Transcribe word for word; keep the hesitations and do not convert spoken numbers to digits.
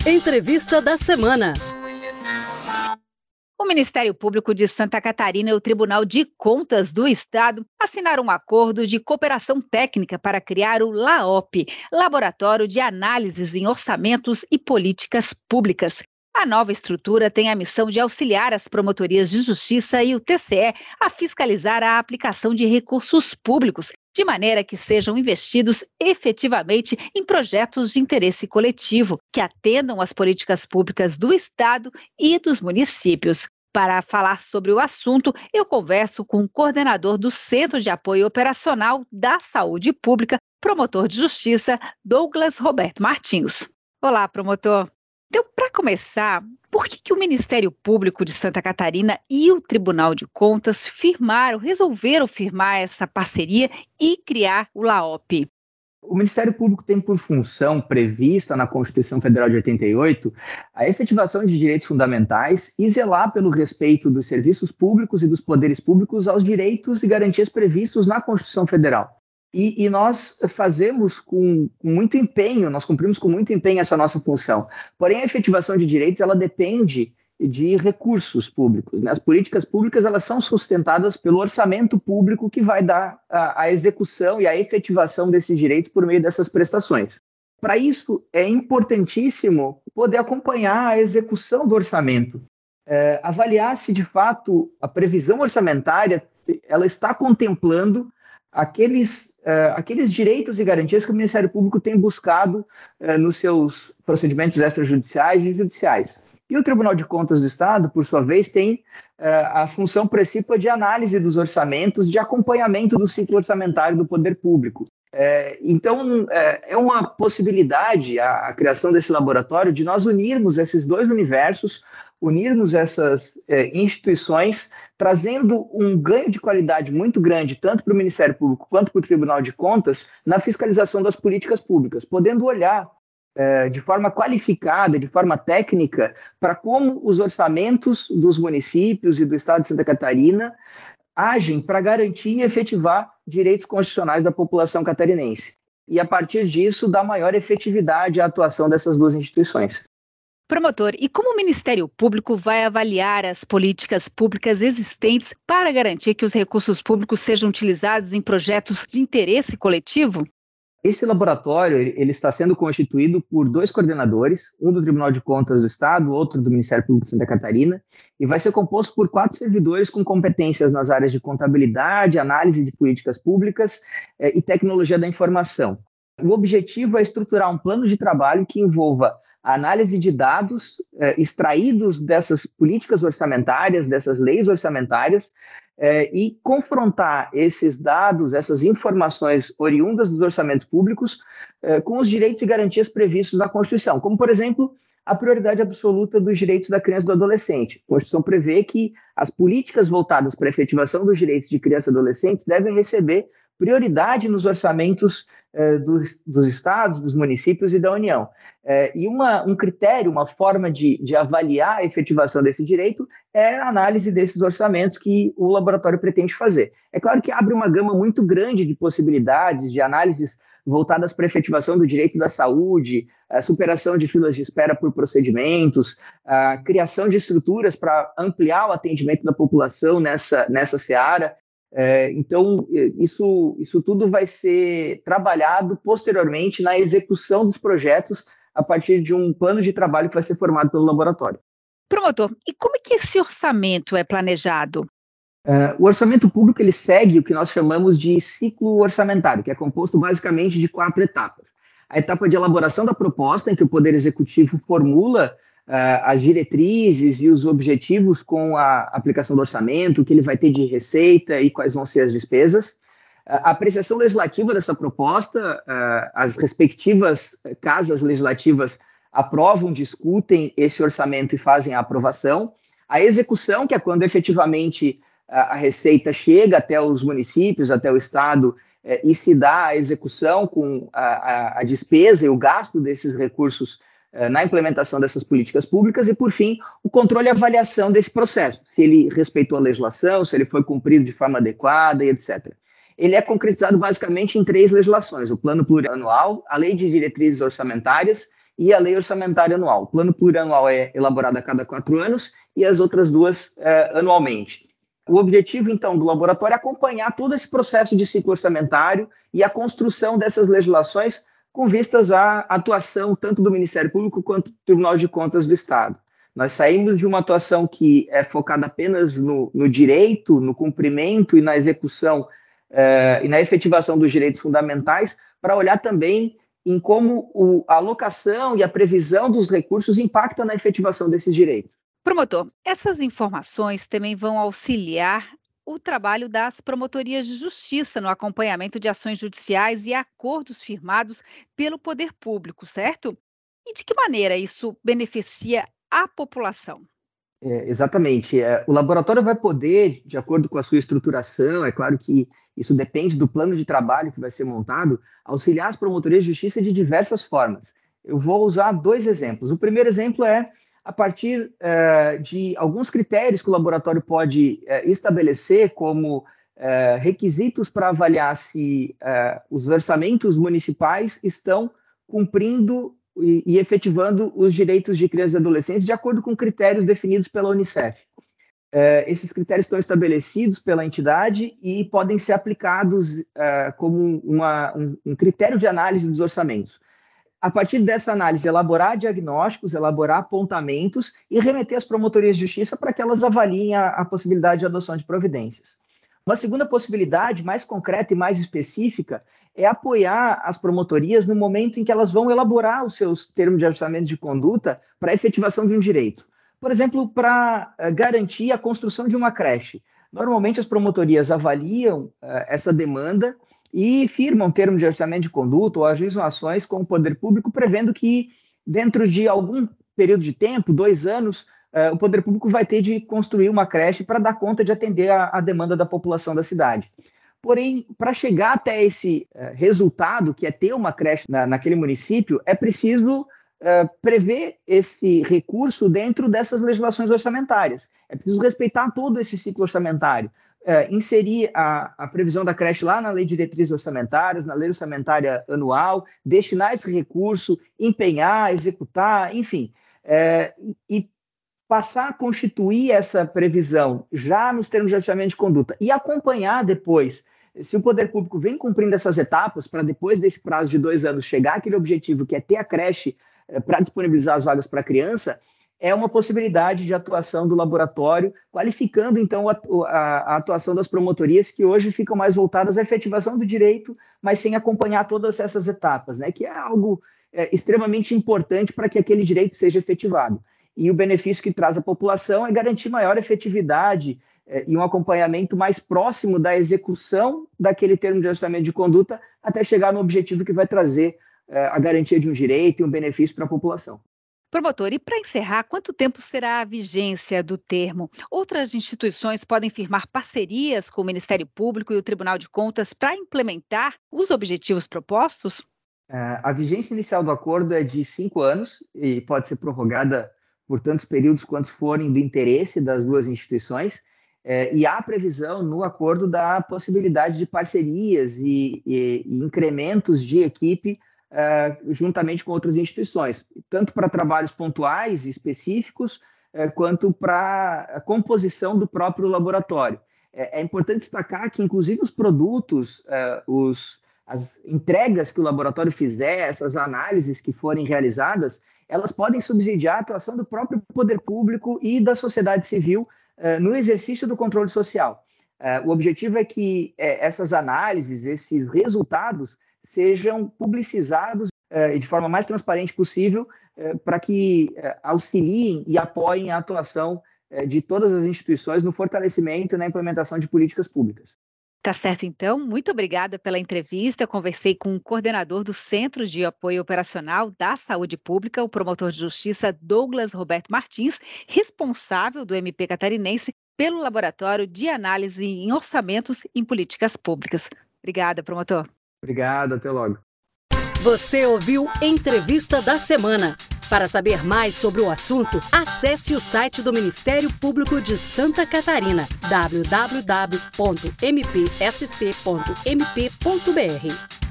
Entrevista da semana. O Ministério Público de Santa Catarina e o Tribunal de Contas do Estado assinaram um acordo de cooperação técnica para criar o LAOP, Laboratório de Análises em Orçamentos e Políticas Públicas. A nova estrutura tem a missão de auxiliar as promotorias de justiça e o T C E a fiscalizar a aplicação de recursos públicos, de maneira que sejam investidos efetivamente em projetos de interesse coletivo, que atendam às políticas públicas do Estado e dos municípios. Para falar sobre o assunto, eu converso com o coordenador do Centro de Apoio Operacional da Saúde Pública, promotor de justiça, Douglas Roberto Martins. Olá, promotor. Então, para começar, por que, que o Ministério Público de Santa Catarina e o Tribunal de Contas firmaram, resolveram firmar essa parceria e criar o LAOP? O Ministério Público tem por função prevista na Constituição Federal de oitenta e oito a efetivação de direitos fundamentais e zelar pelo respeito dos serviços públicos e dos poderes públicos aos direitos e garantias previstos na Constituição Federal. E, e nós fazemos com, com muito empenho, nós cumprimos com muito empenho essa nossa função. Porém, a efetivação de direitos, ela depende de recursos públicos, né? As políticas públicas, elas são sustentadas pelo orçamento público que vai dar a, a execução e a efetivação desses direitos por meio dessas prestações. Para isso, é importantíssimo poder acompanhar a execução do orçamento, é, avaliar se, de fato, a previsão orçamentária ela está contemplando aqueles, uh, aqueles direitos e garantias que o Ministério Público tem buscado uh, nos seus procedimentos extrajudiciais e judiciais. E o Tribunal de Contas do Estado, por sua vez, tem uh, a função principal de análise dos orçamentos, de acompanhamento do ciclo orçamentário do poder público. Uh, então, uh, é uma possibilidade, a, a criação desse laboratório, de nós unirmos esses dois universos, unirmos essas eh, instituições, trazendo um ganho de qualidade muito grande, tanto para o Ministério Público quanto para o Tribunal de Contas, na fiscalização das políticas públicas, podendo olhar eh, de forma qualificada, de forma técnica, para como os orçamentos dos municípios e do Estado de Santa Catarina agem para garantir e efetivar direitos constitucionais da população catarinense. E, a partir disso, dar maior efetividade à atuação dessas duas instituições. Promotor, e como o Ministério Público vai avaliar as políticas públicas existentes para garantir que os recursos públicos sejam utilizados em projetos de interesse coletivo? Esse laboratório ele está sendo constituído por dois coordenadores, um do Tribunal de Contas do Estado, outro do Ministério Público de Santa Catarina, e vai ser composto por quatro servidores com competências nas áreas de contabilidade, análise de políticas públicas eh, e tecnologia da informação. O objetivo é estruturar um plano de trabalho que envolva a análise de dados eh, extraídos dessas políticas orçamentárias, dessas leis orçamentárias, eh, e confrontar esses dados, essas informações oriundas dos orçamentos públicos eh, com os direitos e garantias previstos na Constituição, como, por exemplo, a prioridade absoluta dos direitos da criança e do adolescente. A Constituição prevê que as políticas voltadas para a efetivação dos direitos de criança e adolescentes devem receber prioridade nos orçamentos eh, dos, dos estados, dos municípios e da União. Eh, e uma, um critério, uma forma de, de avaliar a efetivação desse direito é a análise desses orçamentos que o laboratório pretende fazer. É claro que abre uma gama muito grande de possibilidades, de análises voltadas para a efetivação do direito da saúde, a superação de filas de espera por procedimentos, a criação de estruturas para ampliar o atendimento da população nessa, nessa seara. É, então, isso, isso tudo vai ser trabalhado posteriormente na execução dos projetos a partir de um plano de trabalho que vai ser formado pelo laboratório. Promotor, e como é que esse orçamento é planejado? É, o orçamento público ele segue o que nós chamamos de ciclo orçamentário, que é composto basicamente de quatro etapas. A etapa de elaboração da proposta, em que o Poder Executivo formula Uh, as diretrizes e os objetivos com a aplicação do orçamento, o que ele vai ter de receita e quais vão ser as despesas. Uh, a apreciação legislativa dessa proposta, uh, as respectivas casas legislativas aprovam, discutem esse orçamento e fazem a aprovação. A execução, que é quando efetivamente uh, a receita chega até os municípios, até o Estado, uh, e se dá a execução com a, a, a despesa e o gasto desses recursos na implementação dessas políticas públicas e, por fim, o controle e avaliação desse processo, se ele respeitou a legislação, se ele foi cumprido de forma adequada e etcétera. Ele é concretizado basicamente em três legislações: o Plano Plurianual, a Lei de Diretrizes Orçamentárias e a lei orçamentária anual. O plano plurianual é elaborado a cada quatro anos e as outras duas é, anualmente. O objetivo, então, do laboratório é acompanhar todo esse processo de ciclo orçamentário e a construção dessas legislações com vistas à atuação tanto do Ministério Público quanto do Tribunal de Contas do Estado. Nós saímos de uma atuação que é focada apenas no, no direito, no cumprimento e na execução eh, e na efetivação dos direitos fundamentais, para olhar também em como o, a alocação e a previsão dos recursos impacta na efetivação desses direitos. Promotor, essas informações também vão auxiliar o trabalho das promotorias de justiça no acompanhamento de ações judiciais e acordos firmados pelo poder público, certo? E de que maneira isso beneficia a população? É, exatamente. É, o laboratório vai poder, de acordo com a sua estruturação, é claro que isso depende do plano de trabalho que vai ser montado, auxiliar as promotorias de justiça de diversas formas. Eu vou usar dois exemplos. O primeiro exemplo é a partir uh, de alguns critérios que o laboratório pode uh, estabelecer como uh, requisitos para avaliar se uh, os orçamentos municipais estão cumprindo e, e efetivando os direitos de crianças e adolescentes de acordo com critérios definidos pela Unicef. Uh, esses critérios estão estabelecidos pela entidade e podem ser aplicados uh, como uma, um, um critério de análise dos orçamentos. A partir dessa análise, elaborar diagnósticos, elaborar apontamentos e remeter às promotorias de justiça para que elas avaliem a, a possibilidade de adoção de providências. Uma segunda possibilidade, mais concreta e mais específica, é apoiar as promotorias no momento em que elas vão elaborar os seus termos de ajustamento de conduta para a efetivação de um direito. Por exemplo, para uh, garantir a construção de uma creche. Normalmente, as promotorias avaliam uh, essa demanda e firmam termo de ajustamento de conduta ou ajuizam ações com o poder público, prevendo que, dentro de algum período de tempo, dois anos, uh, o poder público vai ter de construir uma creche para dar conta de atender a, a demanda da população da cidade. Porém, para chegar até esse uh, resultado, que é ter uma creche na, naquele município, é preciso uh, prever esse recurso dentro dessas legislações orçamentárias. É preciso respeitar todo esse ciclo orçamentário. Uh, inserir a, a previsão da creche lá na Lei de Diretrizes Orçamentárias, na Lei Orçamentária Anual, destinar esse recurso, empenhar, executar, enfim, uh, e passar a constituir essa previsão já nos termos de ajustamento de conduta e acompanhar depois, se o poder público vem cumprindo essas etapas, para depois desse prazo de dois anos chegar àquele objetivo que é ter a creche uh, para disponibilizar as vagas para a criança, é uma possibilidade de atuação do laboratório, qualificando, então, a, a, a atuação das promotorias, que hoje ficam mais voltadas à efetivação do direito, mas sem acompanhar todas essas etapas, né, que é algo é, extremamente importante para que aquele direito seja efetivado. E o benefício que traz à população é garantir maior efetividade é, e um acompanhamento mais próximo da execução daquele termo de ajustamento de conduta até chegar no objetivo que vai trazer é, a garantia de um direito e um benefício para a população. Promotor, e para encerrar, quanto tempo será a vigência do termo? Outras instituições podem firmar parcerias com o Ministério Público e o Tribunal de Contas para implementar os objetivos propostos? Uh, a vigência inicial do acordo é de cinco anos e pode ser prorrogada por tantos períodos quantos forem do interesse das duas instituições. Uh, e há previsão no acordo da possibilidade de parcerias e, e, e incrementos de equipe Uh, juntamente com outras instituições, tanto para trabalhos pontuais e específicos, uh, quanto para a composição do próprio laboratório. É, é importante destacar que, inclusive, os produtos, uh, os, as entregas que o laboratório fizer, essas análises que forem realizadas, elas podem subsidiar a atuação do próprio poder público e da sociedade civil uh, no exercício do controle social. Uh, o objetivo é que uh, essas análises, esses resultados, sejam publicizados eh, de forma mais transparente possível eh, para que eh, auxiliem e apoiem a atuação eh, de todas as instituições no fortalecimento e na implementação de políticas públicas. Tá certo, então. Muito obrigada pela entrevista. Eu conversei com o coordenador do Centro de Apoio Operacional da Saúde Pública, o promotor de justiça Douglas Roberto Martins, responsável do M P catarinense pelo Laboratório de Análise em Orçamentos em Políticas Públicas. Obrigada, promotor. Obrigado, até logo. Você ouviu Entrevista da Semana. Para saber mais sobre o assunto, acesse o site do Ministério Público de Santa Catarina, w w w ponto m p s c ponto m p ponto b r.